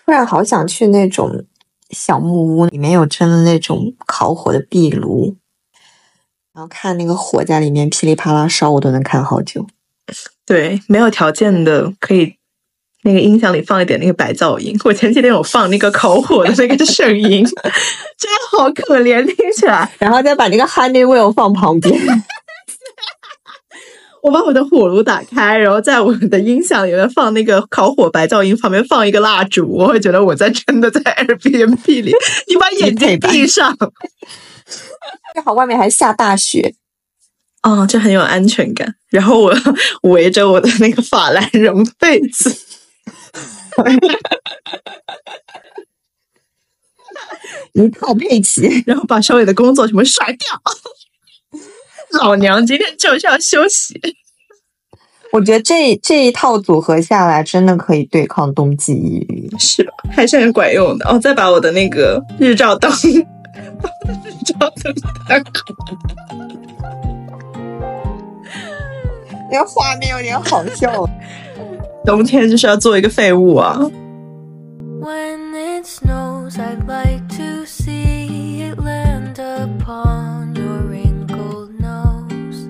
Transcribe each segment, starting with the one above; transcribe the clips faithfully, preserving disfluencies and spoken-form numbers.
突然好想去那种小木屋，里面有真的那种烤火的壁炉，然后看那个火在里面噼里啪啦烧，我都能看好久。 对，没有条件的可以那个音响里放一点那个白噪音。我前几天有放那个烤火的那个声音，真的好可怜，听起来。 然后再把那个 Honeywell 放旁边。 我把我的火炉打开，然后在我的音响里面放那个烤火白噪音，旁边放一个蜡烛，我会觉得我在真的在 Airbnb 里。你把眼睛闭上。 正好外面还下大雪。 哦，这很有安全感。然后我围着我的那个法兰绒被子。 一套配齐， 然后把手里的工作全部甩掉。老娘今天就是要休息。 我觉得这这一套组合下来，真的可以对抗冬季抑郁。 是吧？还是很管用的。哦，再把我的那个日照灯，把我的日照灯打开。 那个画面有点好笑。 冬天就是要做一个废物啊。 When it snows, I'd like to see it land upon your wrinkled nose.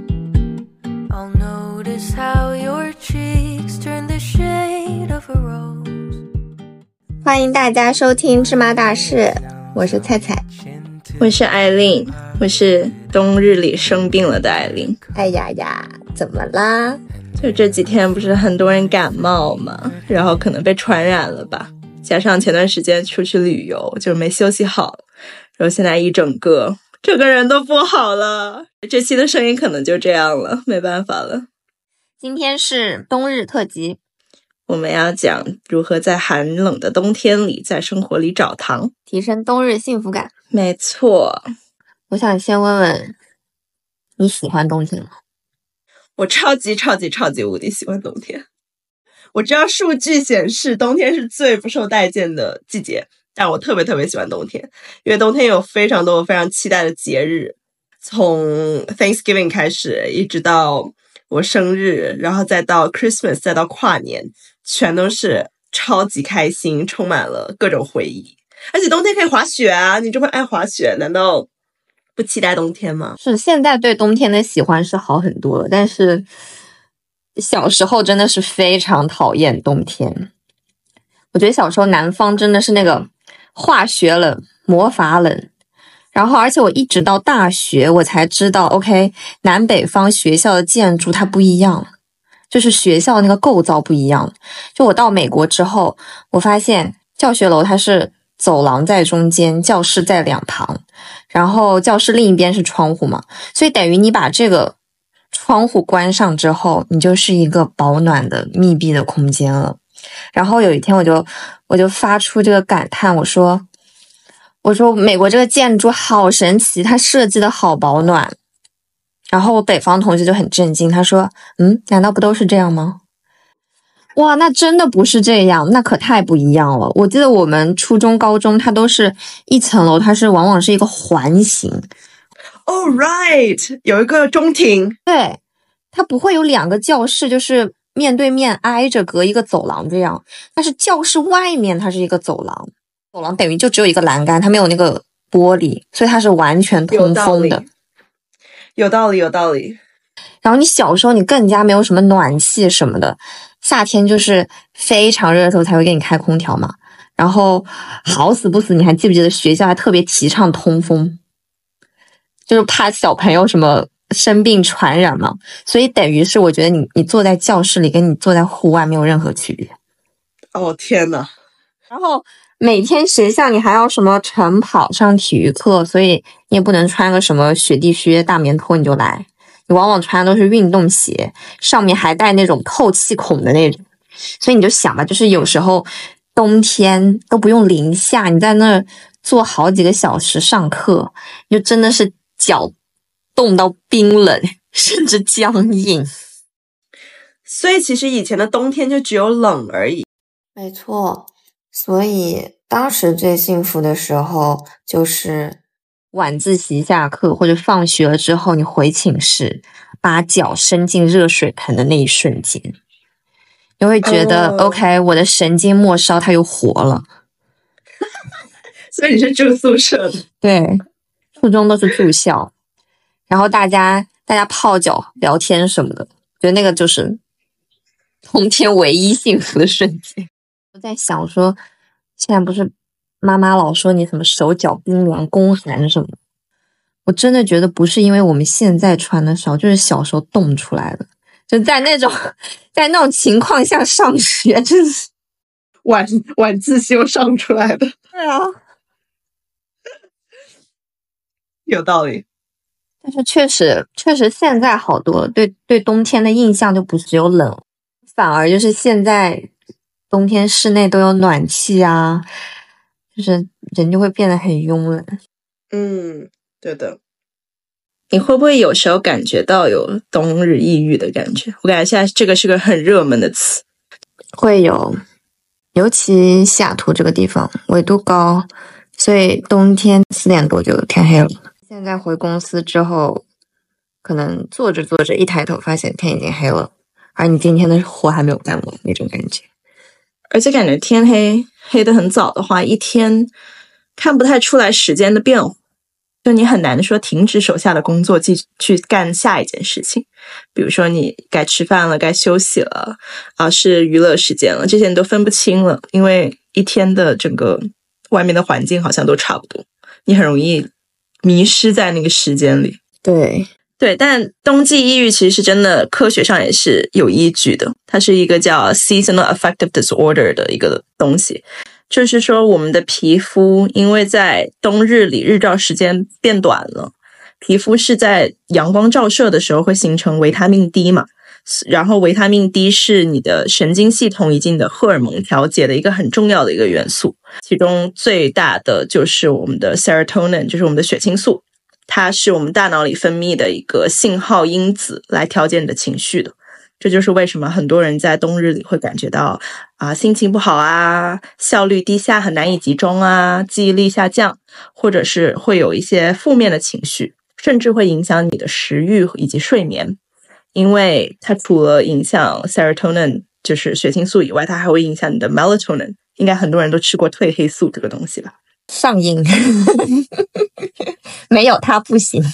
I'll notice how your cheeks turn the shade of a rose. 欢迎大家收听芝麻大事，我是菜菜， 我是艾琳，我是冬日里生病了的艾琳。 哎呀呀，怎么啦？ 就这几天不是很多人感冒嘛，然后可能被传染了吧。加上前段时间出去旅游就没休息好，然后现在一整个整个人都不好了。这期的声音可能就这样了，没办法了。 今天是冬日特辑， 我们要讲如何在寒冷的冬天里在生活里找糖， 提升冬日幸福感。 没错。 我想先问问，你喜欢冬天吗？ 我超级超级超级无敌喜欢冬天。我知道数据显示冬天是最不受待见的季节，但我特别特别喜欢冬天，因为冬天有非常多非常期待的节日，从 Thanksgiving 开始一直到我生日，然后再到 Christmas， 再到跨年，全都是超级开心，充满了各种回忆。而且冬天可以滑雪啊，你这么爱滑雪，难道不期待冬天吗？ 是，现在对冬天的喜欢是好很多了，但是小时候真的是非常讨厌冬天。我觉得小时候南方真的是那个化学冷、魔法冷，然后而且我一直到大学我才知道 OK 南北方学校的建筑它不一样，就是学校那个构造不一样。就我到美国之后，我发现教学楼它是走廊在中间，教室在两旁，然后教室另一边是窗户嘛，所以等于你把这个窗户关上之后，你就是一个保暖的密闭的空间了。然后有一天我就我就发出这个感叹，我说我说美国这个建筑好神奇，它设计的好保暖。然后我北方同学就很震惊，他说嗯，难道不都是这样吗？哇，那真的不是这样，那可太不一样了。我记得我们初中高中它都是一层楼，它是往往是一个环形。 Oh right， 有一个中庭。 对，它不会有两个教室就是面对面挨着隔一个走廊这样，但是教室外面它是一个走廊，走廊等于就只有一个栏杆，它没有那个玻璃，所以它是完全通风的。 有道理，有道理。 然后你小时候你更加没有什么暖气什么的，夏天就是非常热的时候才会给你开空调嘛。然后好死不死，你还记不记得学校还特别提倡通风，就是怕小朋友什么生病传染嘛。所以等于是我觉得你你坐在教室里跟你坐在户外没有任何区别。 哦天哪。 然后每天学校你还要什么晨跑上体育课，所以你也不能穿个什么雪地靴大棉拖你就来，你往往穿的都是运动鞋，上面还带那种透气孔的那种。所以你就想吧，就是有时候冬天都不用零下，你在那坐好几个小时上课，你就真的是脚冻到冰冷，甚至僵硬。 所以其实以前的冬天就只有冷而已。 没错，所以当时最幸福的时候就是晚自习下课或者放学了之后，你回寝室把脚伸进热水盆的那一瞬间，你会觉得、oh. OK 我的神经末梢它又活了。 所以你是住宿舍的？ 对，初中都是住校，然后大家大家泡脚聊天什么的，觉得那个就是冬天唯一幸福的瞬间。我在想说，现在不是妈妈老说你什么手脚冰凉、宫寒什么的，我真的觉得不是因为我们现在穿的少，就是小时候冻出来的。就在那种在那种情况下上学，真是晚晚自修上出来的。 对啊， 有道理。 但是确实确实现在好多了，对对冬天的印象就不只有冷，反而就是现在冬天室内都有暖气啊，就是人就会变得很慵懒。 嗯，对的。你会不会有时候感觉到有冬日抑郁的感觉？我感觉现在这个是个很热门的词。 会有，尤其西雅图这个地方纬度高，所以冬天四点多就天黑了。现在回公司之后，可能做着做着一抬头发现天已经黑了，而你今天的活还没有干完那种感觉。 而且感觉天黑黑得很早的话，一天看不太出来时间的变化，就你很难说停止手下的工作继去干下一件事情。比如说你该吃饭了，该休息了，啊是娱乐时间了，这些你都分不清了，因为一天的整个外面的环境好像都差不多，你很容易迷失在那个时间里。 对对，但冬季抑郁其实是真的，科学上也是有依据的。它是一个叫 seasonal affective disorder 的一个东西，就是说我们的皮肤因为在冬日里日照时间变短了，皮肤是在阳光照射的时候会形成维他命 D 嘛，然后维他命 D 是你的神经系统以及你的荷尔蒙调节的一个很重要的一个元素，其中最大的就是我们的 serotonin， 就是我们的血清素，它是我们大脑里分泌的一个信号因子来调节你的情绪的。这就是为什么很多人在冬日里会感觉到啊心情不好啊，效率低下，很难以集中啊，记忆力下降，或者是会有一些负面的情绪，甚至会影响你的食欲以及睡眠。因为它除了影响 serotonin 就是血清素以外，它还会影响你的 melatonin。 应该很多人都吃过褪黑素这个东西吧？ 上瘾没有它不行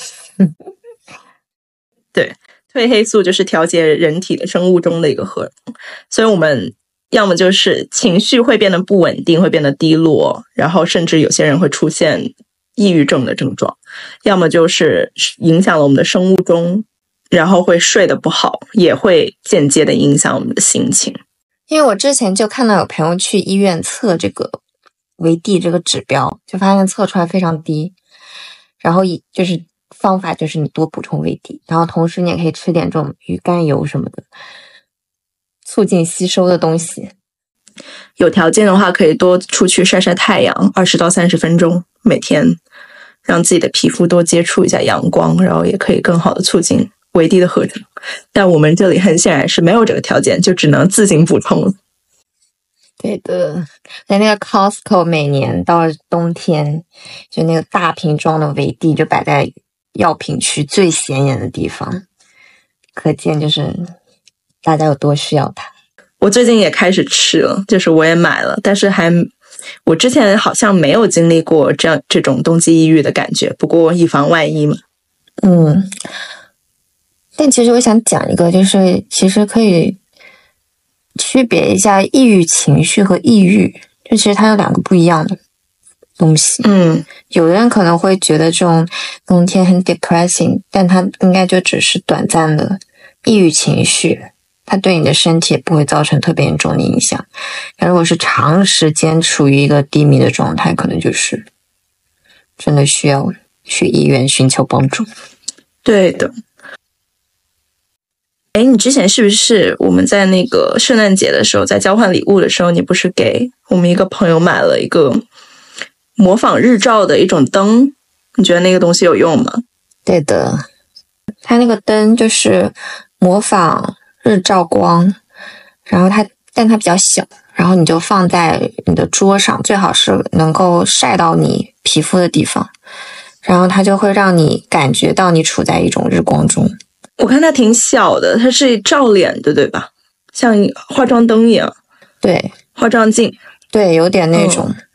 对，褪黑素就是调节人体的生物钟的一个荷尔蒙，所以我们要么就是情绪会变得不稳定，会变得低落，然后甚至有些人会出现抑郁症的症状，要么就是影响了我们的生物钟，然后会睡得不好，也会间接的影响我们的心情。 因为我之前就看到有朋友去医院测这个维 D 这个指标，就发现测出来非常低，然后就是方法就是你多补充维 D， 然后同时你也可以吃点这种鱼肝油什么的，促进吸收的东西。 有条件的话可以多出去晒晒太阳，二十到三十分钟每天，让自己的皮肤多接触一下阳光，然后也可以更好的促进维 D 的合成。但我们这里很显然是没有这个条件，就只能自行补充了。 对的，在那个 Costco 每年到冬天，就那个大瓶装的维 D 就摆在药品区最显眼的地方，可见就是大家有多需要它。 我最近也开始吃了，就是我也买了，但是还我之前好像没有经历过这样这种冬季抑郁的感觉，不过以防万一嘛。 嗯，但其实我想讲一个，就是其实可以区别一下抑郁情绪和抑郁，就其实它有两个不一样的东西。 嗯， 有的人可能会觉得这种冬天很 depressing， 但它应该就只是短暂的抑郁情绪，它对你的身体也不会造成特别严重的影响。但如果是长时间处于一个低迷的状态，可能就是真的需要去医院寻求帮助。 对的。哎，你之前是不是我们在那个圣诞节的时候，在交换礼物的时候，你不是给我们一个朋友买了一个模仿日照的一种灯？你觉得那个东西有用吗？ 对的，它那个灯就是模仿日照光，然后它但它比较小，然后你就放在你的桌上，最好是能够晒到你皮肤的地方，然后它就会让你感觉到你处在一种日光中。 我看它挺小的，它是照脸的，对吧？像化妆灯一样。 对， 化妆镜。 对，有点那种。嗯、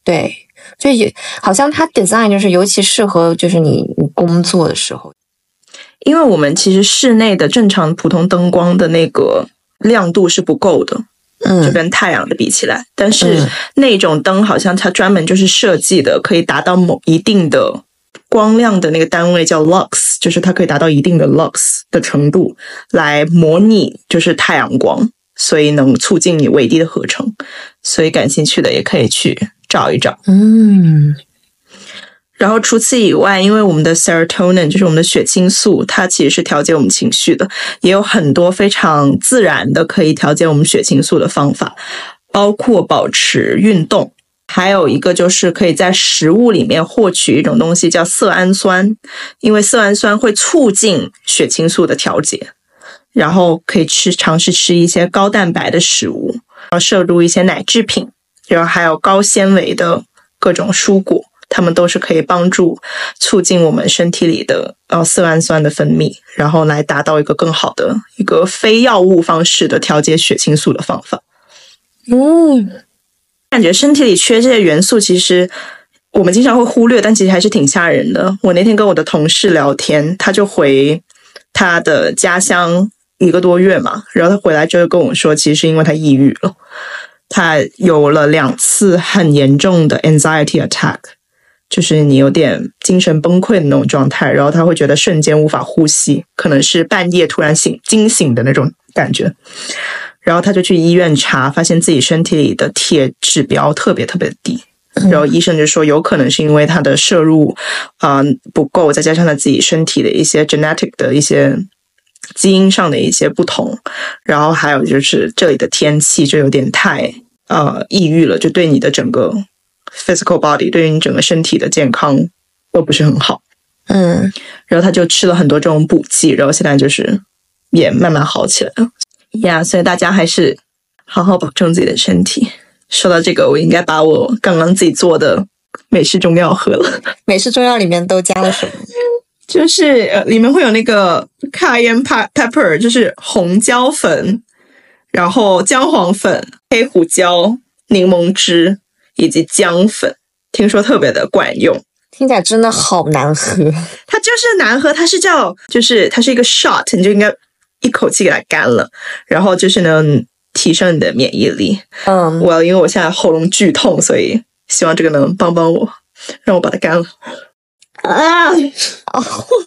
对，就也好像它 design 就是尤其适合就是你你工作的时候。 因为我们其实室内的正常普通灯光的那个亮度是不够的， 嗯， 就跟太阳的比起来，但是那种灯好像它专门就是设计的，可以达到某一定的光亮的那个单位叫 lux， 就是它可以达到一定的 lux 的程度来模拟就是太阳光，所以能促进你微滴的合成，所以感兴趣的也可以去找一找。 嗯。 然后除此以外，因为我们的 serotonin 就是我们的血清素，它其实是调节我们情绪的，也有很多非常自然的可以调节我们血清素的方法，包括保持运动，还有一个就是可以在食物里面获取一种东西叫色氨酸，因为色氨酸会促进血清素的调节，然后可以吃尝试吃一些高蛋白的食物，然后摄入一些奶制品，然后还有高纤维的各种蔬果，它们都是可以帮助促进我们身体里的呃色氨酸的分泌，然后来达到一个更好的一个非药物方式的调节血清素的方法。 嗯， 感觉身体里缺这些元素，其实我们经常会忽略，但其实还是挺吓人的。我那天跟我的同事聊天，他就回他的家乡一个多月嘛，然后他回来之后跟我说，其实是因为他抑郁了，他有了两次很严重的 anxiety attack。就是你有点精神崩溃的那种状态，然后他会觉得瞬间无法呼吸，可能是半夜突然醒惊醒的那种感觉。然后他就去医院查，发现自己身体里的铁指标特别特别低，然后医生就说有可能是因为他的摄入啊、呃、不够，再加上他自己身体的一些 genetic 的一些基因上的一些不同，然后还有就是这里的天气就有点太呃抑郁了，就对你的整个physical body 对于你整个身体的健康都不是很好。 嗯， 然后他就吃了很多这种补剂，然后现在就是也慢慢好起来了呀。Yeah, 所以大家还是好好保重自己的身体。说到这个，我应该把我刚刚自己做的美式中药喝了。 美式中药里面都加了什么？ 就是呃，里面会有那个 cayenne pepper， 就是红椒粉，然后姜黄粉、黑胡椒、柠檬汁以及姜粉，听说特别的管用。 听起来真的好难喝。 它就是难喝，它是叫就是它是一个 shot， 你就应该一口气给它干了，然后就是能提升你的免疫力。 嗯， 我因为我现在喉咙剧痛，所以希望这个能帮帮我，让我把它干了。啊！ 哦，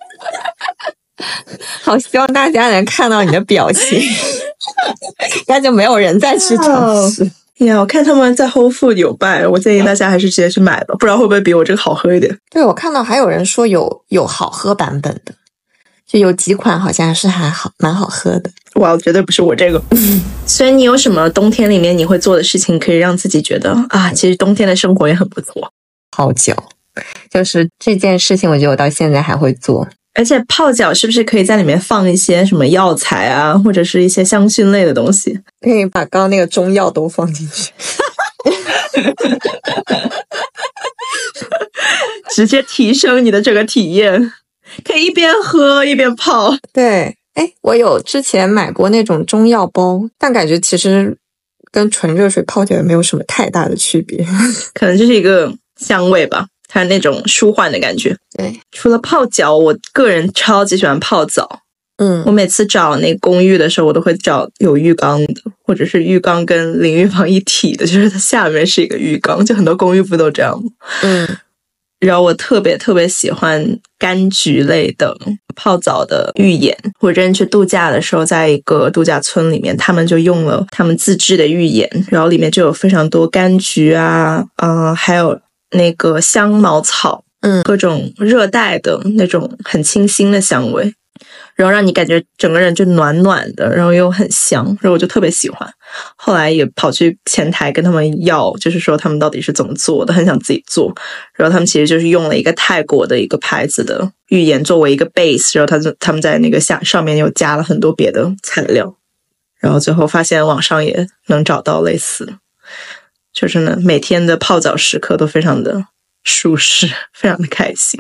好希望大家能看到你的表情，那就没有人再去尝试。 呀，我看他们在 Whole Food 有卖，我建议大家还是直接去买吧，不知道会不会比我这个好喝一点。 对，我看到还有人说有有好喝版本的，就有几款好像是还好蛮好喝的。 哇，绝对不是我这个。所以你有什么冬天里面你会做的事情，可以让自己觉得啊，其实冬天的生活也很不错？ 泡脚，就是这件事情，我觉得我到现在还会做。 而且泡脚是不是可以在里面放一些什么药材啊，或者是一些香薰类的东西？ 可以把刚刚那个中药都放进去， 直接提升你的整个体验，可以一边喝一边泡。 对，哎，我有之前买过那种中药包，但感觉其实跟纯热水泡起来没有什么太大的区别， 可能就是一个香味吧。它那种舒缓的感觉。 对， 除了泡脚，我个人超级喜欢泡澡。 嗯， 我每次找那公寓的时候，我都会找有浴缸的，或者是浴缸跟淋浴房一体的，就是它下面是一个浴缸，就很多公寓不都这样吗？ 嗯， 然后我特别特别喜欢柑橘类的泡澡的浴盐。我之前去度假的时候，在一个度假村里面，他们就用了他们自制的浴盐，然后里面就有非常多柑橘啊，呃，还有那个香茅草， 嗯， 各种热带的那种很清新的香味，然后让你感觉整个人就暖暖的，然后又很香，然后我就特别喜欢。后来也跑去前台跟他们要，就是说他们到底是怎么做的，很想自己做。然后他们其实就是用了一个泰国的一个牌子的浴盐作为一个 base， 然后他他们在那个下上面又加了很多别的材料，然后最后发现网上也能找到类似，就是呢每天的泡澡时刻都非常的舒适，非常的开心。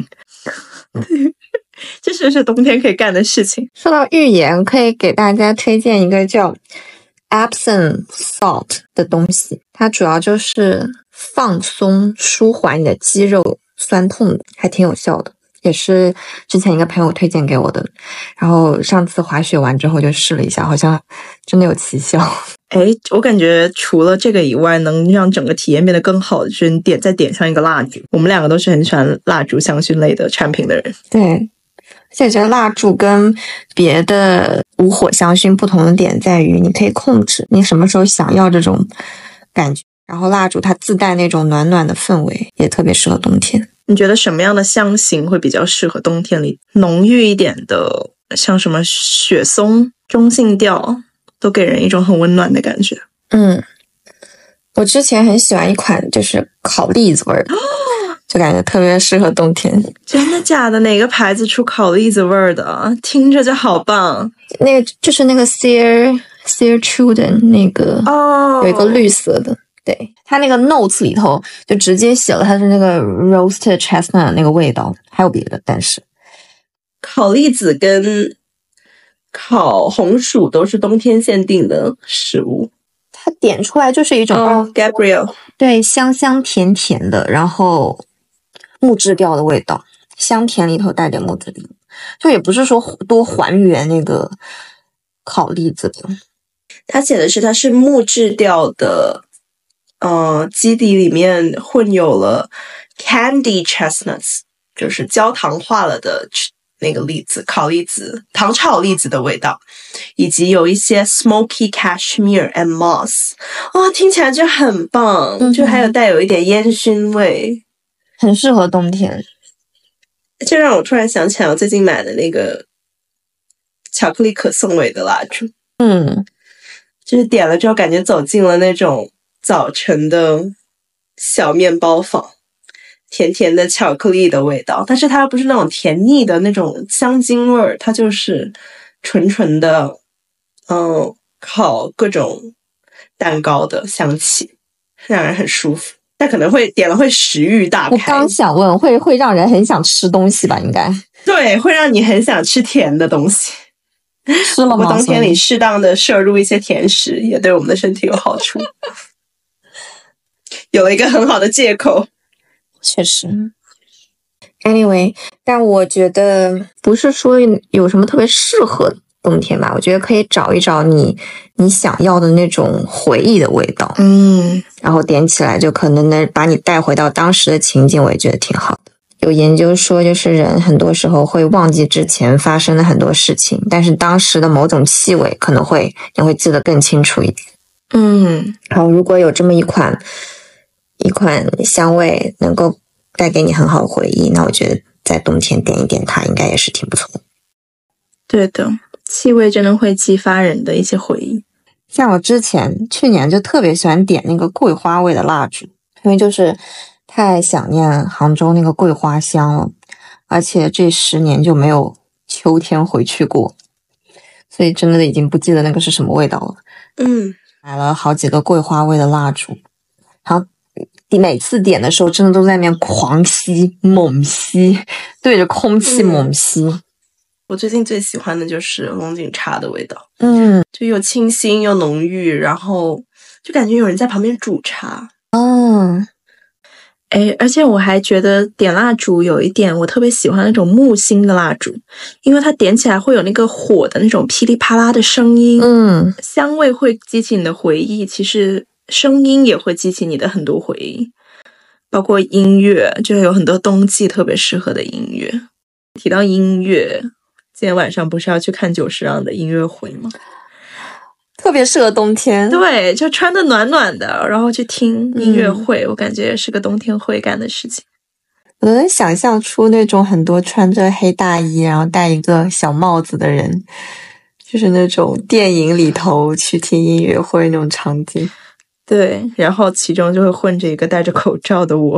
这就是冬天可以干的事情。 说到浴盐，可以给大家推荐一个叫 Epsom Salt 的东西，它主要就是放松舒缓你的肌肉酸痛的，还挺有效的，也是之前一个朋友推荐给我的。然后上次滑雪完之后就试了一下，好像真的有奇效。 哎，我感觉除了这个以外，能让整个体验变得更好的就是你点再点上一个蜡烛。我们两个都是很喜欢蜡烛香薰类的产品的人。 对，而且这蜡烛跟别的无火香薰不同的点在于，你可以控制你什么时候想要这种感觉。然后蜡烛它自带那种暖暖的氛围，也特别适合冬天。 你觉得什么样的香型会比较适合冬天里？浓郁一点的，像什么雪松、中性调，都给人一种很温暖的感觉。 嗯，我之前很喜欢一款就是烤栗子味儿的，就感觉特别适合冬天。 真的假的？哪个牌子出烤栗子味儿的？听着就好棒。 那个就是那个 Sear Sear Children 那个哦， 有一个绿色的。对，它那个 notes 里头就直接写了它是那个 roasted chestnut 那个味道，还有别的，但是烤栗子跟烤红薯都是冬天限定的食物。 它点出来就是一种哦 Gabriel 对，香香甜甜的，然后木质调的味道，香甜里头带点木质调，就也不是说多还原那个烤栗子的。 它写的是它是木质调的。呃，基底里面混有了 candy chestnuts， 就是焦糖化了的那个栗子，烤栗子、糖炒栗子的味道，以及有一些 smoky cashmere and moss， 哇、哦，听起来就很棒，嗯、就还有带有一点烟熏味， 很适合冬天。 这让我突然想起来我最近买的那个巧克力可颂味的蜡烛， 嗯， 就是点了之后感觉走进了那种早晨的小面包坊，甜甜的巧克力的味道，但是它又不是那种甜腻的那种香精味儿，它就是纯纯的嗯，烤各种蛋糕的香气，让人很舒服。但可能会点了会食欲大开。 我刚想问，会会让人很想吃东西吧？应该对，会让你很想吃甜的东西。 吃了吗？ 我冬天里适当的摄入一些甜食，也对我们的身体有好处。有了一个很好的借口。 确实。Anyway， 但我觉得不是说有什么特别适合冬天吧，我觉得可以找一找你你想要的那种回忆的味道， 嗯， 然后点起来就可能能把你带回到当时的情景，我也觉得挺好的。有研究说，就是人很多时候会忘记之前发生的很多事情，但是当时的某种气味可能会你会记得更清楚一点。 嗯， 然后如果有这么一款一款香味能够带给你很好的回忆，那我觉得在冬天点一点它应该也是挺不错的。 对的，气味真的会激发人的一些回忆。 像我之前去年就特别喜欢点那个桂花味的蜡烛，因为就是太想念杭州那个桂花香了，而且这十年就没有秋天回去过，所以真的已经不记得那个是什么味道了。 嗯， 买了好几个桂花味的蜡烛，然后每次点的时候真的都在那边狂吸猛吸，对着空气猛吸。 嗯，我最近最喜欢的就是龙井茶的味道， 嗯， 就又清新又浓郁，然后就感觉有人在旁边煮茶。 嗯， 哎，而且我还觉得点蜡烛有一点我特别喜欢那种木芯的蜡烛，因为它点起来会有那个火的那种噼里啪啦的声音， 嗯， 香味会激起你的回忆，其实声音也会激起你的很多回忆，包括音乐，就有很多冬季特别适合的音乐。提到音乐，今天晚上不是要去看久石让的音乐会吗？ 特别适合冬天。 对，就穿的暖暖的，然后去听音乐会，嗯，我感觉也是个冬天会干的事情。 我能想象出那种很多穿着黑大衣然后戴一个小帽子的人，就是那种电影里头去听音乐会那种场景。 对，然后其中就会混着一个戴着口罩的我。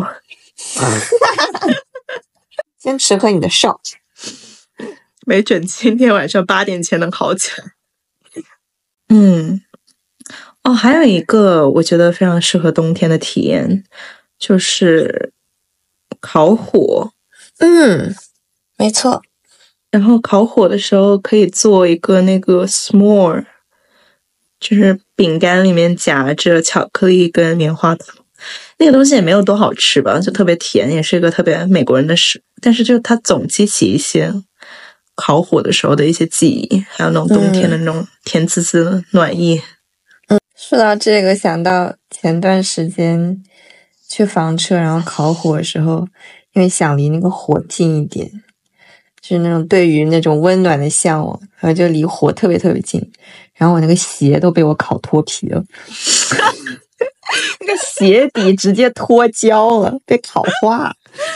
坚持和你的少， 没准今天晚上八点前能好起来。嗯，哦，还有一个我觉得非常适合冬天的体验，就是烤火。 嗯，没错。 然后烤火的时候可以做一个那个 s'more， 就是饼干里面夹着巧克力跟棉花糖。 那个东西也没有多好吃吧，就特别甜，也是一个特别美国人的食物，但是就它总激起一些烤火的时候的一些记忆，还有那种冬天的那种甜滋滋的暖意。 嗯，说到这个，想到前段时间去房车然后烤火的时候，因为想离那个火近一点，就是那种对于那种温暖的向往，然后就离火特别特别近，然后我那个鞋都被我烤脱皮了。那个鞋底直接脱胶了，被烤化。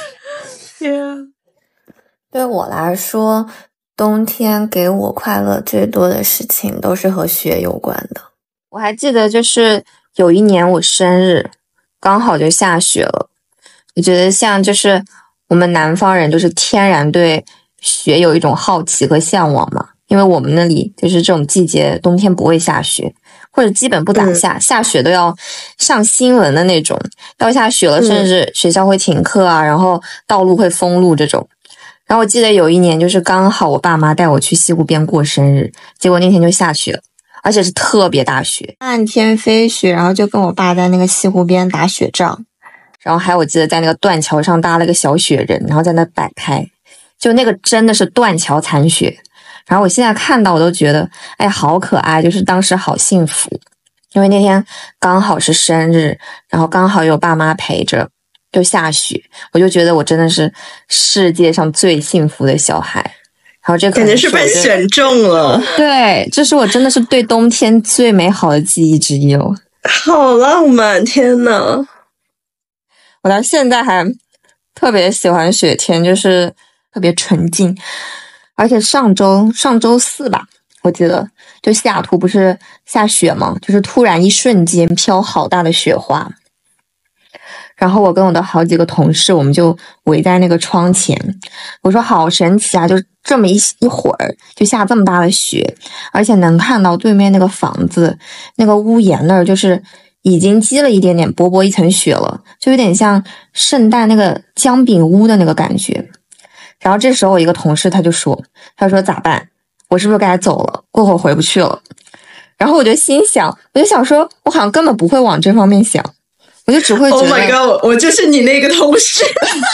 Yeah. 对我来说，冬天给我快乐最多的事情都是和雪有关的。 我还记得就是有一年我生日刚好就下雪了，我觉得像就是我们南方人就是天然对雪有一种好奇和向往嘛，因为我们那里就是这种季节冬天不会下雪，或者基本不咋下、嗯、下雪都要上新闻的那种，要下雪了甚至学校会停课啊、嗯、然后道路会封路这种。然后我记得有一年就是刚好我爸妈带我去西湖边过生日，结果那天就下雪了，而且是特别大雪，漫天飞雪，然后就跟我爸在那个西湖边打雪仗，然后还我记得在那个断桥上搭了个小雪人，然后在那摆拍，就那个真的是断桥残雪，然后我现在看到我都觉得哎好可爱，就是当时好幸福，因为那天刚好是生日，然后刚好有爸妈陪着，就下雪，我就觉得我真的是世界上最幸福的小孩。然后这感觉是被选中了， 对，这是我真的是对冬天最美好的记忆之一哦。 好浪漫，天哪！ 我到现在还特别喜欢雪天，就是特别纯净。而且上周上周四吧，我记得就西雅图不是下雪吗？就是突然一瞬间飘好大的雪花。然后我跟我的好几个同事，我们就围在那个窗前，我说好神奇啊，就这么一一会儿就下这么大的雪，而且能看到对面那个房子那个屋檐那儿就是已经积了一点点薄薄一层雪了，就有点像圣诞那个姜饼屋的那个感觉。然后这时候我一个同事他就说他说咋办，我是不是该走了，过会儿回不去了。然后我就心想我就想说我好像根本不会往这方面想，我就只会觉得 Oh my god， 我就是你那个同事。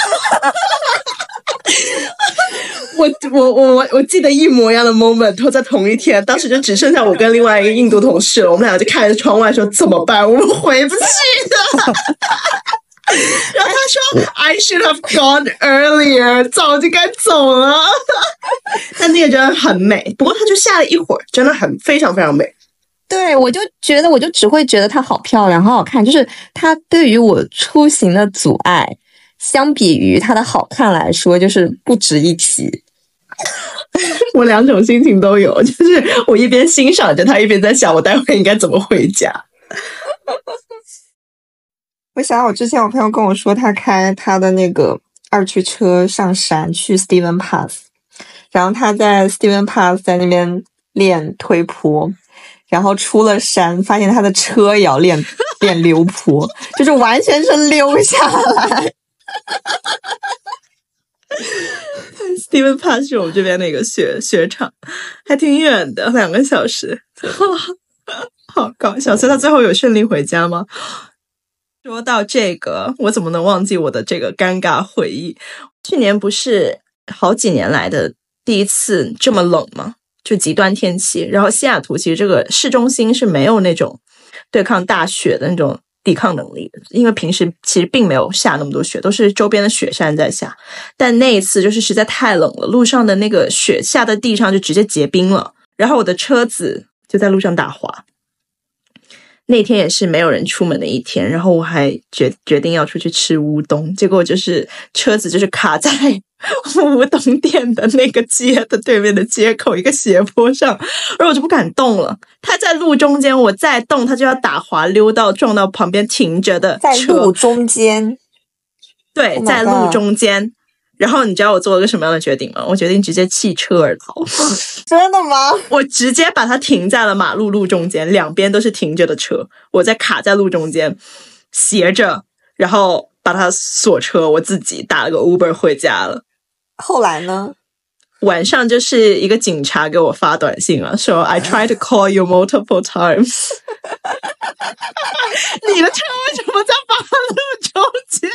我我我我我记得一模一样的 moment， 都在同一天，当时就只剩下我跟另外一个印度同事了，我们两个就看着窗外说怎么办，我们回不去的。然后他说 I should have gone earlier， 早就该走了。但那个真的很美，不过它就下了一会儿，真的很非常非常美。 对，我就觉得我就只会觉得它好漂亮好好看，就是它对于我出行的阻碍相比于它的好看来说就是不值一提。 我两种心情都有，就是我一边欣赏着它，一边在想我待会应该怎么回家。 我想我之前我朋友跟我说他开他的那个二驱车上山去 Steven Pass， 然后他在 Steven Pass 在那边练推坡，然后出了山发现他的车也要练练溜坡，就是完全是溜下来。 Steven Pass 是我们这边那个雪雪场，还挺远的，两个小时，好搞笑。所以他最后有顺利回家吗？说到这个，我怎么能忘记我的这个尴尬回忆？去年不是好几年来的第一次这么冷吗？就极端天气，然后西雅图其实这个市中心是没有那种对抗大雪的那种抵抗能力的，因为平时其实并没有下那么多雪，都是周边的雪山在下。但那一次就是实在太冷了，路上的那个雪下在地上就直接结冰了，然后我的车子就在路上打滑。那天也是没有人出门的一天，然后我还决决定要出去吃乌冬，结果就是车子就是卡在乌冬店的那个街的对面的街口一个斜坡上，然后我就不敢动了。它在路中间，我再动它就要打滑溜到撞到旁边停着的车。 在路中间？ 对， Oh 在路中间。然后你知道我做了个什么样的决定吗？我决定直接弃车而逃。 真的吗？ 我直接把它停在了马路路中间，两边都是停着的车，我在卡在路中间斜着，然后把它锁车，我自己打了个 Uber 回家了。 后来呢？ 晚上就是一个警察给我发短信了，说 I try to call you multiple times 你的车为什么在马路中间？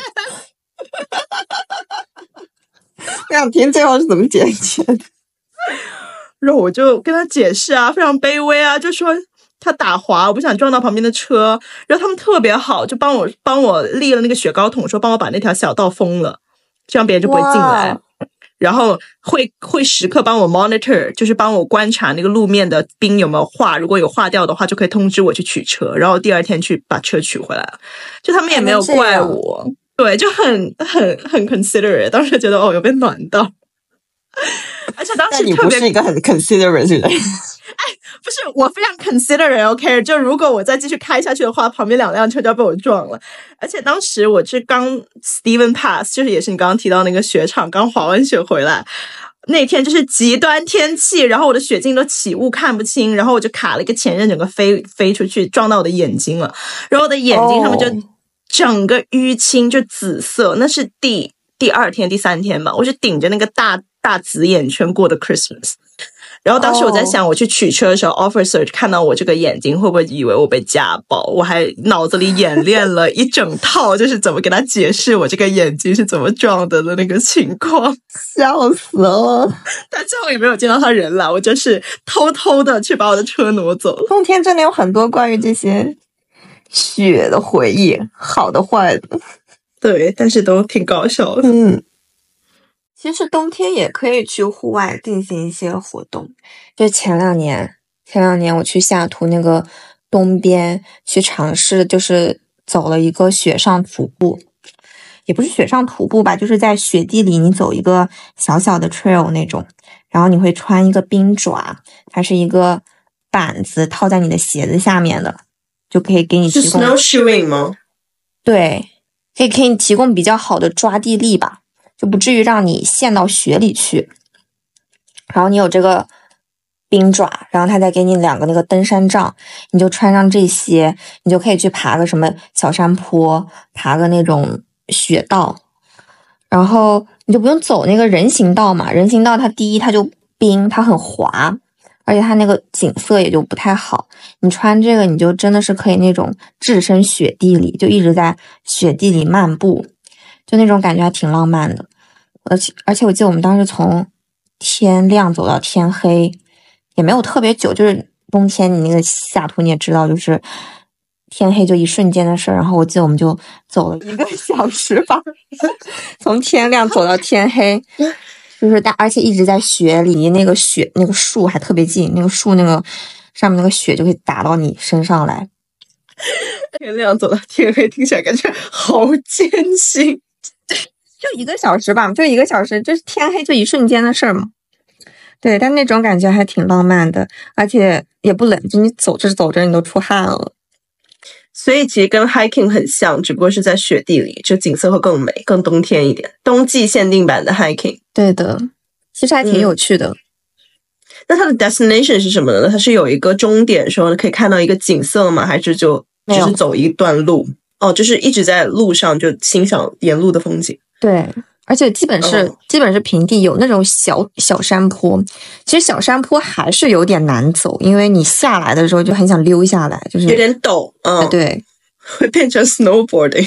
我想听最后是怎么解决的。 然后我就跟他解释啊，非常卑微啊，就说他打滑，我不想撞到旁边的车。然后他们特别好，就帮我帮我立了那个雪糕筒，说帮我把那条小道封了，这样别人就不会进来。然后会会时刻帮我 monitor， 就是帮我观察那个路面的冰有没有化，如果有化掉的话，就可以通知我去取车，然后第二天去把车取回来。就他们也没有怪我，对，就很很很 considerate， 当时觉得哦有被暖到。而且当时特别， 你不是一个很 considerate 的人。 哎，不是，我非常 considerate，OK， 就如果我再继续开下去的话，旁边两辆车就要被我撞了。而且当时我是刚 Steven Pass， 就是也是你刚刚提到那个雪场，刚滑完雪回来，那天就是极端天气，然后我的雪镜都起雾看不清，然后我就卡了一个前刃，整个飞飞出去，撞到我的眼睛了，然后我的眼睛上面就整个淤青，就紫色，那是第第二天第三天吧，我就顶着那个大大紫眼圈过的 Christmas。然后当时我在想，我去取车的时候、oh. officer 看到我这个眼睛会不会以为我被家暴？我还脑子里演练了一整套，就是怎么跟他解释我这个眼睛是怎么撞的的那个情况， 笑死了。 但最后也没有见到他人了，我就是偷偷的去把我的车挪走了。 冬天真的有很多关于这些雪的回忆，好的坏的。 对，但是都挺搞笑的。 嗯。其实冬天也可以去户外进行一些活动，就前两年，前两年我去西雅图那个东边去尝试，就是走了一个雪上徒步，也不是雪上徒步吧，就是在雪地里你走一个小小的 trail 那种，然后你会穿一个冰爪，它是一个板子套在你的鞋子下面的，就可以给你提供。 是 snowshoeing 吗？ 对，可以给你提供比较好的抓地力吧。就不至于让你陷到雪里去，然后你有这个冰爪，然后他再给你两个那个登山杖，你就穿上这些，你就可以去爬个什么小山坡，爬个那种雪道，然后你就不用走那个人行道嘛，人行道它第一它就冰，它很滑，而且它那个景色也就不太好，你穿这个你就真的是可以那种置身雪地里，就一直在雪地里漫步，就那种感觉还挺浪漫的。而且而且我记得我们当时从天亮走到天黑也没有特别久，就是冬天你那个西雅图你也知道，就是天黑就一瞬间的事儿，然后我记得我们就走了一个小时吧从天亮走到天黑，就是大而且一直在雪里，离那个雪那个树还特别近，那个树那个上面那个雪就会打到你身上来。 天亮走到天黑听起来感觉好艰辛。 就一个小时吧，就一个小时，就是天黑就一瞬间的事儿嘛。对，但那种感觉还挺浪漫的，而且也不冷，就你走着走着你都出汗了。 所以其实跟 hiking 很像，只不过是在雪地里，就景色会更美，更冬天一点，冬季限定版的 hiking。 对的，其实还挺有趣的。嗯、 那它的 destination 是什么呢？它是有一个终点说可以看到一个景色吗？还是就只是走一段路？哦，就是一直在路上就欣赏沿路的风景。 对，而且基本是、哦、基本是平地，有那种小小山坡。其实小山坡还是有点难走，因为你下来的时候就很想溜下来，就是有点陡。嗯、呃， 对， 会变成 snowboarding。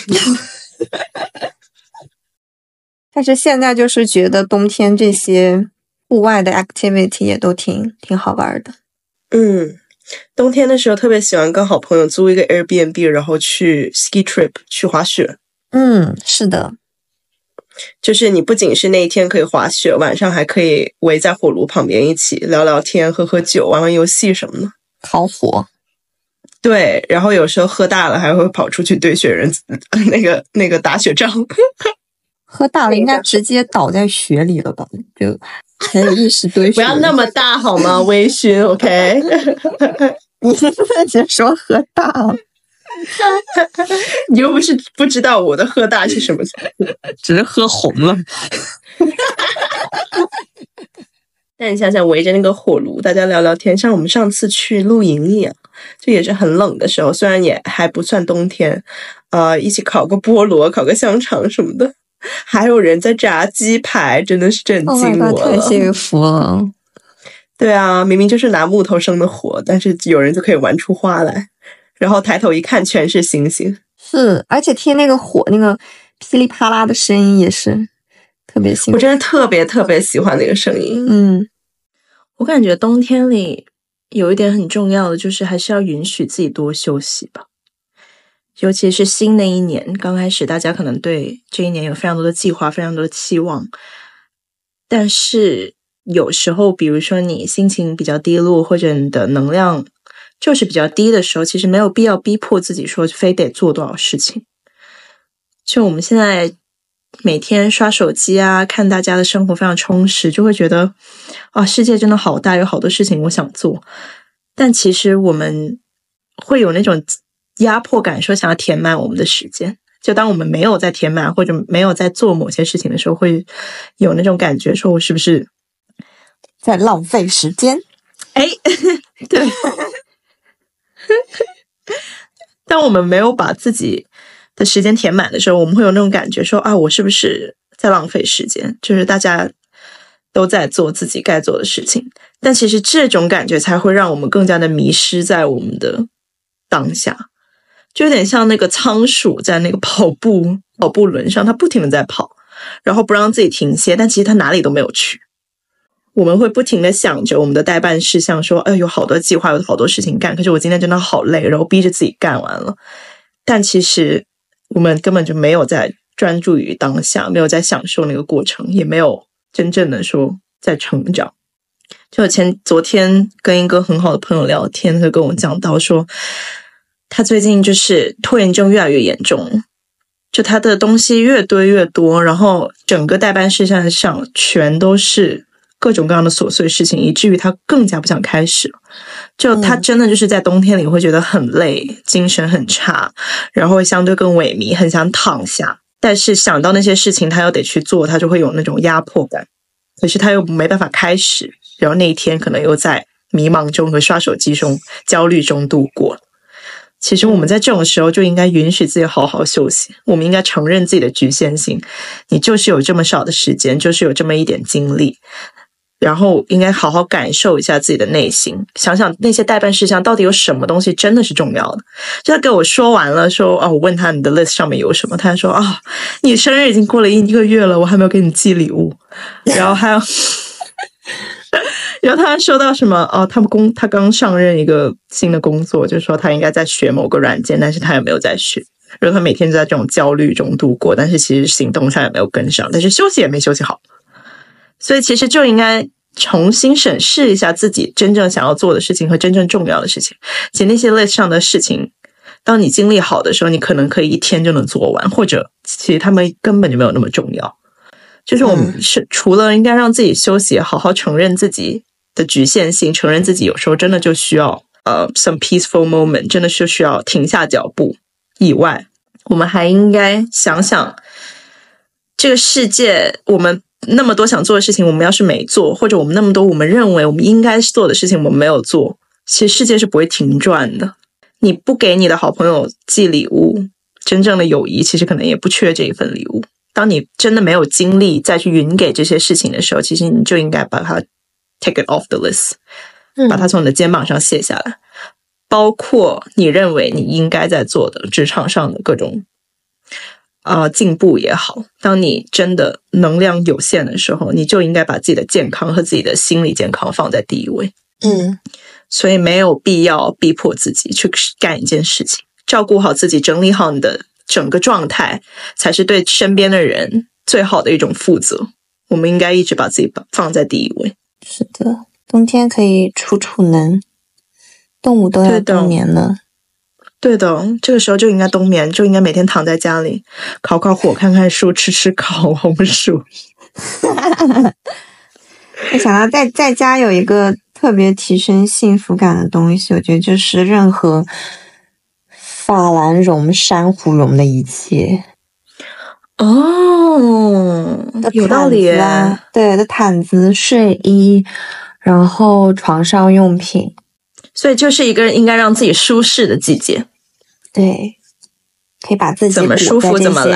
但是现在就是觉得冬天这些户外的 activity 也都挺挺好玩的。 嗯，冬天的时候特别喜欢跟好朋友租一个 Airbnb， 然后去 ski trip 去滑雪。 嗯，是的。 就是你不仅是那一天可以滑雪，晚上还可以围在火炉旁边一起聊聊天、喝喝酒、玩玩游戏什么的， 烤火。 对，然后有时候喝大了还会跑出去对雪人那个那个打雪仗。 喝大了应该直接倒在雪里了吧？就很有意识堆雪。 不要那么大好吗？微醺 ，OK？ 你现在只说喝大了。 你又不是不知道我的喝大是什么菜， 只是喝红了。 但你想想，围着那个火炉，大家聊聊天，像我们上次去露营一样，就也是很冷的时候，虽然也还不算冬天，呃，一起烤个菠萝、烤个香肠什么的， 还有人在炸鸡排，真的是震惊 Oh my 我 god， 了。 太幸福了。 对啊，明明就是拿木头生的火，但是有人就可以玩出花来，然后抬头一看全是星星。 是，而且听那个火那个噼里啪啦的声音也是特别幸福。 我真的特别特别喜欢那个声音。 嗯， 我感觉冬天里有一点很重要的，就是还是要允许自己多休息吧。尤其是新的一年，刚开始大家可能对这一年有非常多的计划，非常多的期望，但是有时候比如说你心情比较低落，或者你的能量就是比较低的时候，其实没有必要逼迫自己说非得做多少事情。就我们现在每天刷手机啊，看大家的生活非常充实，就会觉得啊，世界真的好大，有好多事情我想做。但其实我们会有那种压迫感，说想要填满我们的时间。就当我们没有在填满或者没有在做某些事情的时候，会有那种感觉，说我是不是在浪费时间？ 哎，对。当我们没有把自己的时间填满的时候，我们会有那种感觉说啊，我是不是在浪费时间？就是大家都在做自己该做的事情，但其实这种感觉才会让我们更加的迷失在我们的当下，就有点像那个仓鼠在那个跑步跑步轮上，它不停的在跑，然后不让自己停歇，但其实它哪里都没有去。我们会不停的想着我们的待办事项，说哎，有好多计划，有好多事情干，可是我今天真的好累，然后逼着自己干完了。但其实我们根本就没有在专注于当下，没有在享受那个过程，也没有真正的说在成长。就前昨天跟一个很好的朋友聊天，他跟我讲到说，他最近就是拖延症越来越严重，就他的东西越堆越多，然后整个待办事项上全都是各种各样的琐碎事情，以至于他更加不想开始了。就他真的就是在冬天里会觉得很累，精神很差，然后会相对更萎靡，很想躺下，但是想到那些事情他又得去做，他就会有那种压迫感，可是他又没办法开始，然后那一天可能又在迷茫中和刷手机中焦虑中度过。其实我们在这种时候就应该允许自己好好休息，我们应该承认自己的局限性，你就是有这么少的时间，就是有这么一点精力，然后应该好好感受一下自己的内心，想想那些待办事项到底有什么东西真的是重要的。就他给我说完了说啊，我问他你的 list 上面有什么，他说啊，你生日已经过了一个月了，我还没有给你寄礼物。然后还有然后他还说到什么哦，他们工他刚上任一个新的工作，就是说他应该在学某个软件，但是他也没有在学，然后他每天就在这种焦虑中度过，但是其实行动上也没有跟上，但是休息也没休息好。所以其实就应该重新审视一下自己真正想要做的事情和真正重要的事情。其实那些 list 上的事情，当你精力好的时候，你可能可以一天就能做完，或者其实他们根本就没有那么重要。就是我们是除了应该让自己休息，好好承认自己的局限性，承认自己有时候真的就需要呃 some peaceful moment， 真的是需要停下脚步以外，我们还应该想想这个世界，我们那么多想做的事情，我们要是没做，或者我们那么多我们认为我们应该做的事情我们没有做，其实世界是不会停转的。你不给你的好朋友寄礼物，真正的友谊其实可能也不缺这一份礼物。当你真的没有精力再去匀给这些事情的时候，其实你就应该把它 take it off the list， 把它从你的肩膀上卸下来，包括你认为你应该在做的职场上的各种呃进步也好。当你真的能量有限的时候，你就应该把自己的健康和自己的心理健康放在第一位。 嗯， 所以没有必要逼迫自己去干一件事情，照顾好自己，整理好你的整个状态，才是对身边的人最好的一种负责。我们应该一直把自己放在第一位。 是的，冬天可以储储能，动物都要冬眠了。 对的，这个时候就应该冬眠，就应该每天躺在家里烤烤火，看看书，吃吃烤红薯。 我想要在在家有一个特别提升幸福感的东西，我觉得就是任何法兰绒、珊瑚绒的一切。 哦，有道理耶。 对的，毯子、睡衣，然后床上用品。 所以就是一个应该让自己舒适的季节。 对，可以把自己怎么舒服怎么来。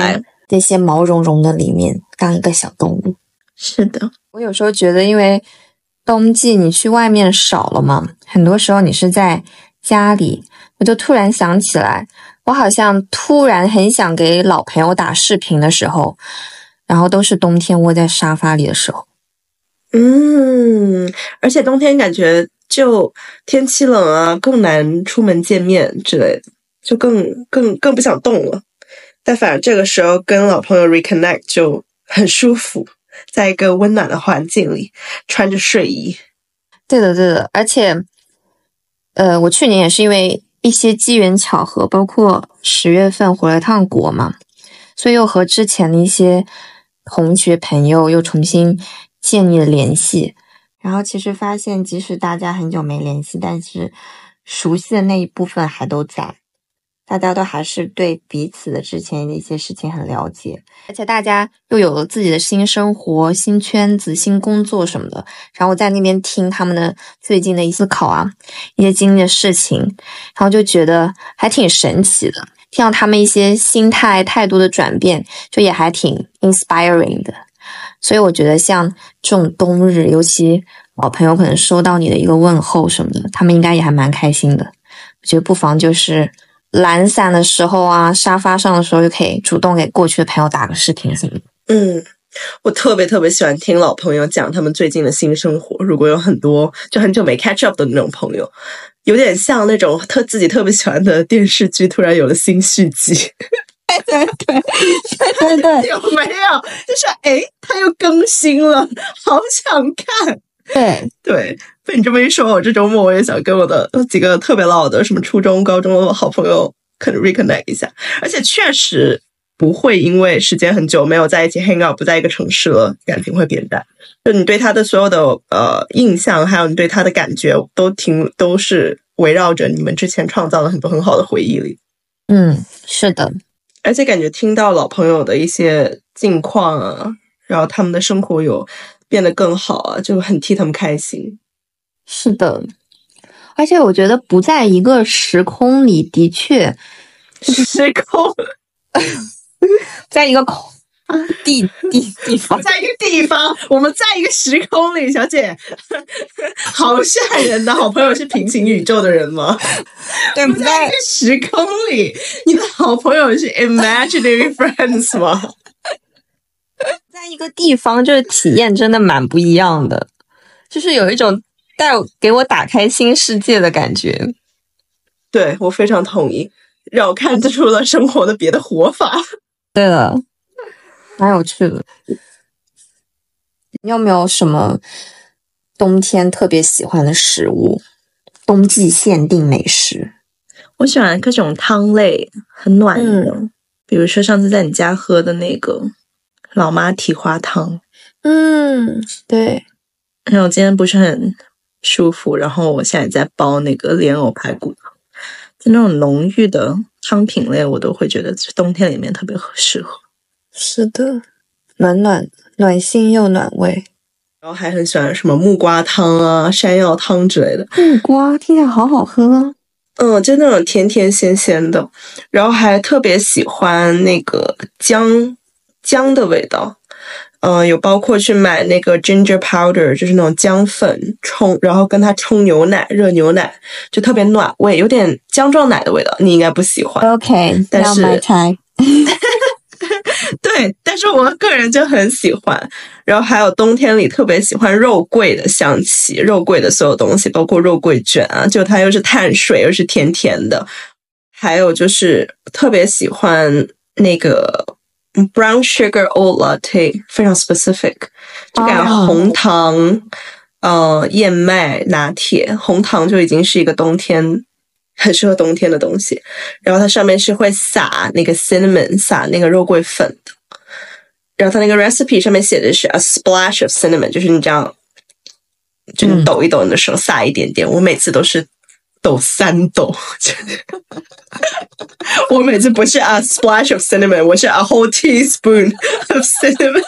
那些毛茸茸的里面当一个小动物。 是的， 我有时候觉得，因为冬季你去外面少了嘛，很多时候你是在家里，我就突然想起来，我好像突然很想给老朋友打视频的时候，然后都是冬天窝在沙发里的时候。 嗯，而且冬天感觉就天气冷啊，更难出门见面之类的，就更更更不想动了。但反正这个时候跟老朋友 reconnect 就很舒服，在一个温暖的环境里，穿着睡衣。 对的，对的，而且，呃，我去年也是因为一些机缘巧合，包括十月份回了趟国嘛，所以又和之前的一些同学朋友又重新建立了联系。然后其实发现，即使大家很久没联系，但是熟悉的那一部分还都在。大家都还是对彼此的之前的一些事情很了解，而且大家又有了自己的新生活、新圈子、新工作什么的。然后我在那边听他们的最近的一些思考啊，一些经历的事情，然后就觉得还挺神奇的。听到他们一些心态、态度的转变，就也还挺 inspiring 的。所以我觉得像这种冬日，尤其老朋友可能收到你的一个问候什么的，他们应该也还蛮开心的。我觉得不妨就是懒散的时候啊，沙发上的时候就可以主动给过去的朋友打个视频什么的。 嗯，我特别特别喜欢听老朋友讲他们最近的新生活。如果有很多就很久没 catch up 的那种朋友，有点像那种特自己特别喜欢的电视剧突然有了新续集。 对对对对对， 有没有？就是诶，他又更新了，好想看。 对对，被你这么一说，我这周末我也想跟我的几个特别老的什么初中、高中的好朋友可能 reconnect 一下。而且确实不会因为时间很久没有在一起 hang out， 不在一个城市了，感情会变淡。就你对他的所有的呃印象，还有你对他的感觉，都停都是围绕着你们之前创造了很多很好的回忆里。 嗯，是的。 而且感觉听到老朋友的一些近况啊，然后他们的生活有变得更好啊，就很替他们开心。 是的，而且我觉得不在一个时空里，的确时空在一个空地地地方， 在一个地方，我们在一个时空里，小姐，好吓人的。好朋友是平行宇宙的人吗？ 对，不在一个时空里，你的好朋友是 imaginary friends 吗？ 在一个地方，就是体验真的蛮不一样的，就是有一种带给我打开新世界的感觉。 对，我非常同意，让我看出了生活的别的活法。 对了，蛮有趣的。你有没有什么冬天特别喜欢的食物？冬季限定美食？ 我喜欢各种汤类，很暖的， 嗯、 比如说上次在你家喝的那个老妈蹄花汤。 嗯，对。 然后今天不是很舒服，然后我现在在煲那个莲藕排骨汤，就那种浓郁的汤品类，我都会觉得冬天里面特别适合。 是的，暖暖暖心又暖胃。 然后还很喜欢什么木瓜汤啊、山药汤之类的。 木瓜听起来好好喝。 嗯，就那种甜甜咸咸的。然后还特别喜欢那个姜姜的味道。嗯，有包括去买那个 ginger powder， 就是那种姜粉冲，然后跟它冲牛奶，热牛奶，就特别暖胃，有点姜撞奶的味道，你应该不喜欢。 OK， 但是 my type 对，但是我个人就很喜欢。然后还有冬天里特别喜欢肉桂的香气，肉桂的所有东西，包括肉桂卷啊，就它又是碳水又是甜甜的。还有就是特别喜欢那个brown sugar oat latte， 非常 specific， 就感觉红糖、oh. 呃燕麦拿铁，红糖就已经是一个冬天很适合冬天的东西。然后它上面是会撒那个 cinnamon， 撒那个肉桂粉的。然后它那个 recipe 上面写的是 a splash of cinnamon， 就是你这样就你抖一抖你的手撒一点点、嗯、我每次都是抖三抖我每次不是 a splash of cinnamon， 我是 a whole teaspoon of cinnamon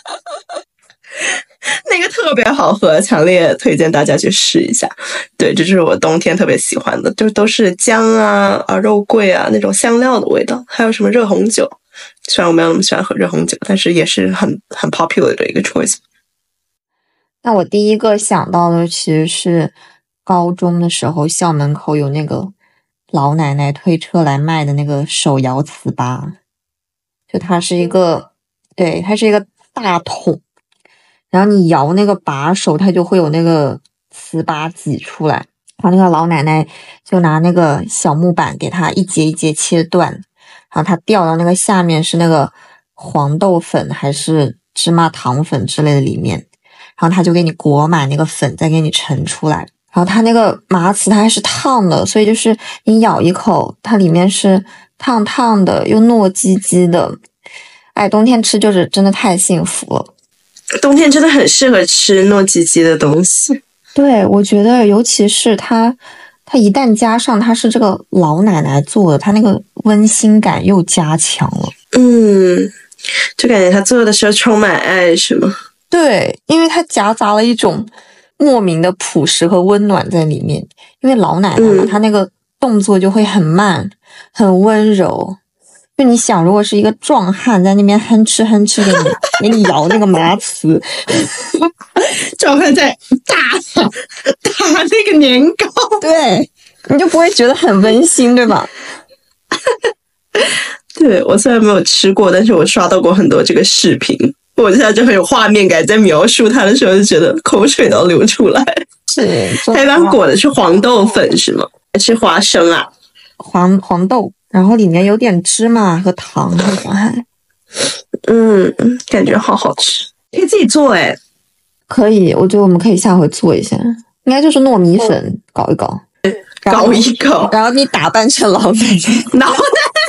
那个特别好喝，强烈推荐大家去试一下。对，这是我冬天特别喜欢的，就都是姜啊、啊肉桂啊那种香料的味道，还有什么热红酒， 虽然我没有那么喜欢喝热红酒，但是也是很很 popular 的一个 choice。 那我第一个想到的其实是高中的时候，校门口有那个老奶奶推车来卖的那个手摇糍粑，就它是一个，对，它是一个大桶，然后你摇那个把手，它就会有那个糍粑挤出来，然后那个老奶奶就拿那个小木板给它一节一节切断，然后它掉到那个下面是那个黄豆粉还是芝麻糖粉之类的里面。然后他就给你裹满那个粉，再给你盛出来。然后它那个麻糍它还是烫的，所以就是你咬一口，它里面是烫烫的，又糯叽叽的。哎，冬天吃就是真的太幸福了。 冬天真的很适合吃糯叽叽的东西。 对，我觉得尤其是它，它一旦加上它是这个老奶奶做的，它那个温馨感又加强了。 嗯，就感觉他做的时候充满爱，是吗？ 对，因为它夹杂了一种莫名的朴实和温暖在里面。因为老奶奶嘛， 嗯她那个动作就会很慢，很温柔。就你想，如果是一个壮汉在那边哼哧哼哧给你给你摇那个麻糍， 壮汉在打打那个年糕， 对，你就不会觉得很温馨，对吧？ 对，我虽然没有吃过，但是我刷到过很多这个视频。我现在就很有画面感，在描述它的时候就觉得口水都要流出来。 是， 它一般裹的是黄豆粉是吗？还是花生啊？ 黄黄豆，然后里面有点芝麻和糖那种还。 嗯，感觉好好吃，可以自己做哎。 可以，我觉得我们可以下回做一下，应该就是糯米粉搞一搞， 搞一搞， 然后你打扮成老奶奶， 老奶奶。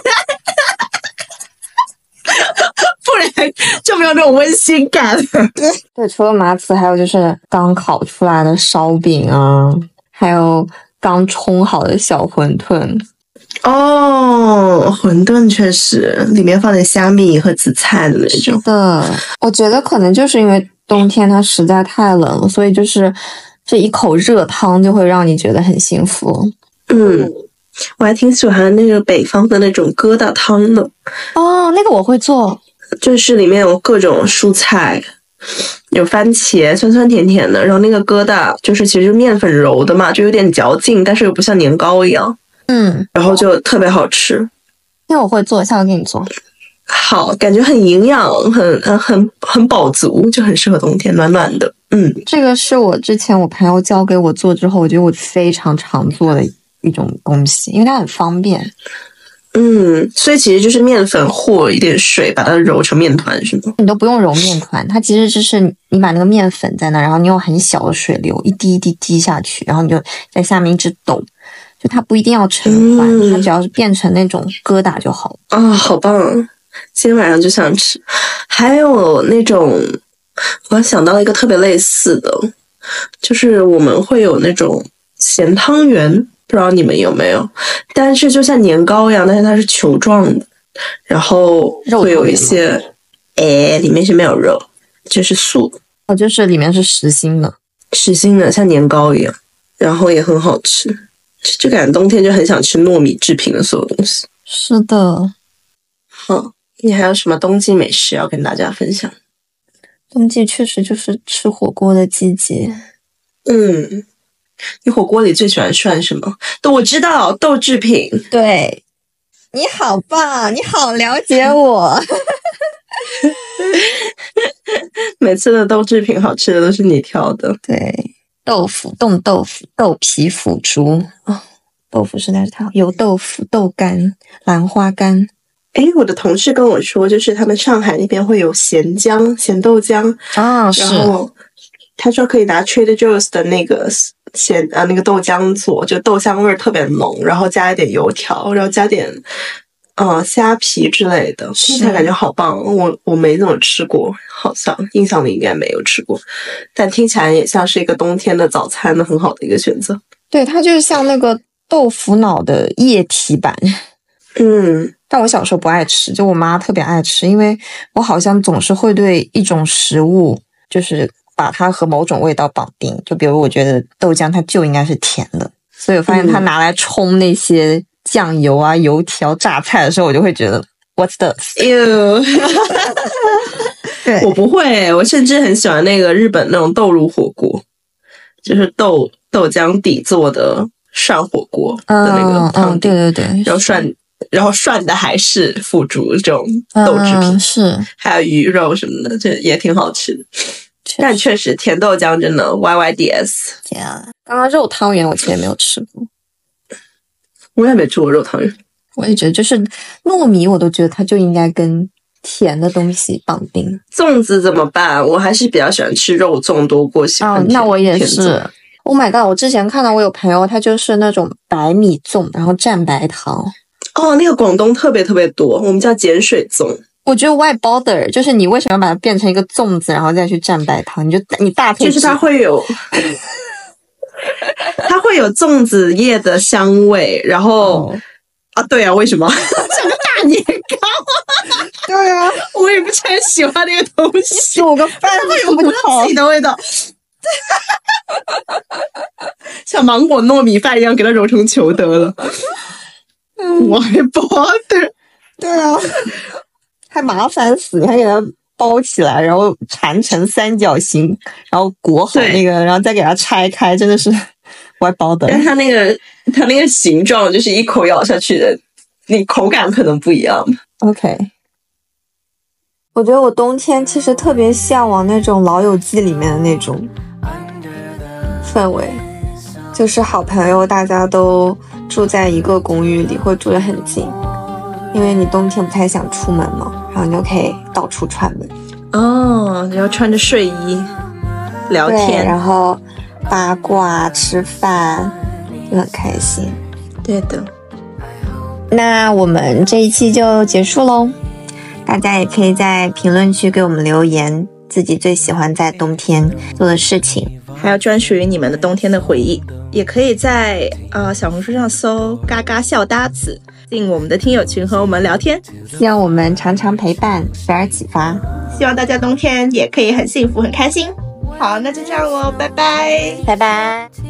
不然就没有那种温馨感。 对，除了麻糍，还有就是刚烤出来的烧饼啊，还有刚冲好的小馄饨。 哦，馄饨确实里面放点虾米和紫菜的那种。 是的，我觉得可能就是因为冬天它实在太冷了，所以就是这一口热汤就会让你觉得很幸福。 嗯，我还挺喜欢那个北方的那种疙瘩汤的。 哦，那个我会做。 就是里面有各种蔬菜，有番茄，酸酸甜甜的，然后那个疙瘩就是其实面粉揉的嘛，就有点嚼劲，但是又不像年糕一样， 嗯， 然后就特别好吃。 那我会做，下次给你做。 好，感觉很营养，很很很很饱足，就很适合冬天，暖暖的。嗯， 这个是我之前我朋友教给我做之后，我觉得我非常常做的一种东西，因为它很方便。 嗯，所以其实就是面粉和一点水，把它揉成面团，是吗？ 你都不用揉面团，它其实就是你把那个面粉在那，然后你用很小的水流一滴一滴滴下去，然后你就在下面一直抖，就它不一定要成团， 嗯、 它只要是变成那种疙瘩就好。 啊、哦，好棒！今天晚上就想吃。还有那种，我想到一个特别类似的，就是我们会有那种咸汤圆。不知道你们有没有，但是就像年糕一样，但是它是球状的，然后会有一些，哎，里面是没有肉，就是素的， 哦，就是里面是实心的， 实心的，像年糕一样，然后也很好吃，就感觉冬天就很想吃糯米制品的所有东西。 是的。 好，你还有什么冬季美食要跟大家分享？ 冬季确实就是吃火锅的季节。 嗯。你火锅里最喜欢涮什么？都我知道，豆制品。 对，你好棒，你好了解我。 每次的豆制品好吃的都是你挑的。 对，豆腐、冻豆腐、豆皮腐竹哦，豆腐实在是太好，油豆腐、豆干、兰花干。 诶，我的同事跟我说，就是他们上海那边会有咸浆、咸豆浆啊，是。 然后他说可以拿 Trader Joe's 的那个咸啊那个豆浆做，就豆香味儿特别浓，然后加一点油条，然后加点呃虾皮之类的，听起来感觉好棒。我我没怎么吃过，好像印象里应该没有吃过，但听起来也像是一个冬天的早餐的很好的一个选择。 对，它就是像那个豆腐脑的液体版。 嗯， 但我小时候不爱吃，就我妈特别爱吃，因为我好像总是会对一种食物就是把它和某种味道绑定，就比如我觉得豆浆它就应该是甜的，所以我发现它拿来冲那些酱油啊、油条、榨菜的时候，我就会觉得 What's this？ 哟， 对， 我不会，我甚至很喜欢那个日本那种豆乳火锅，就是豆豆浆底做的涮火锅的那个汤底， 嗯嗯、对对对， 然后涮，然后涮的还是腐竹这种豆制品， 嗯、是， 还有鱼肉什么的，这也挺好吃的。但确实甜豆浆真的 Y Y D S。 天啊，刚刚肉汤圆我其实也没有吃过， 我也没吃过肉汤圆。 我也觉得就是糯米，我都觉得它就应该跟甜的东西绑定。 粽子怎么办？我还是比较喜欢吃肉粽多过喜欢哦，那我也是。Oh my god！ 我之前看到我有朋友，他就是那种白米粽，然后蘸白糖。 哦，那个广东特别特别多，我们叫碱水粽。 我觉得 why bother？ 就是你为什么要把它变成一个粽子，然后再去蘸白糖？你就你大可以就是它会有，它会有粽子叶的香味，然后、哦、啊，对啊，为什么像个大年糕？ 对啊， 我也不是很喜欢那个东西， 煮个饭会有不自己的味道。像芒果糯米饭一样给它揉成球得了。嗯，我还不得。 对啊，还麻烦死，你还给它包起来，然后缠成三角形，然后裹好那个，然后再给它拆开，真的是我还包的。 但它那个它那个形状，就是一口咬下去的，你口感可能不一样。 OK。我觉得我冬天其实特别向往那种《老友记》里面的那种氛围，就是好朋友大家都住在一个公寓里，会住得很近，因为你冬天不太想出门嘛，然后你就可以到处串门。 哦，然后穿着睡衣聊天， 然后八卦吃饭，就很开心。 对的。 那我们这一期就结束咯，大家也可以在评论区给我们留言自己最喜欢在冬天做的事情， 还有专属于你们的冬天的回忆。也可以在呃小红书上搜嘎嘎笑搭子，进我们的听友群和我们聊天。 希望我们常常陪伴，随而启发。 希望大家冬天也可以很幸福很开心。好，那就这样咯，拜拜， 拜拜。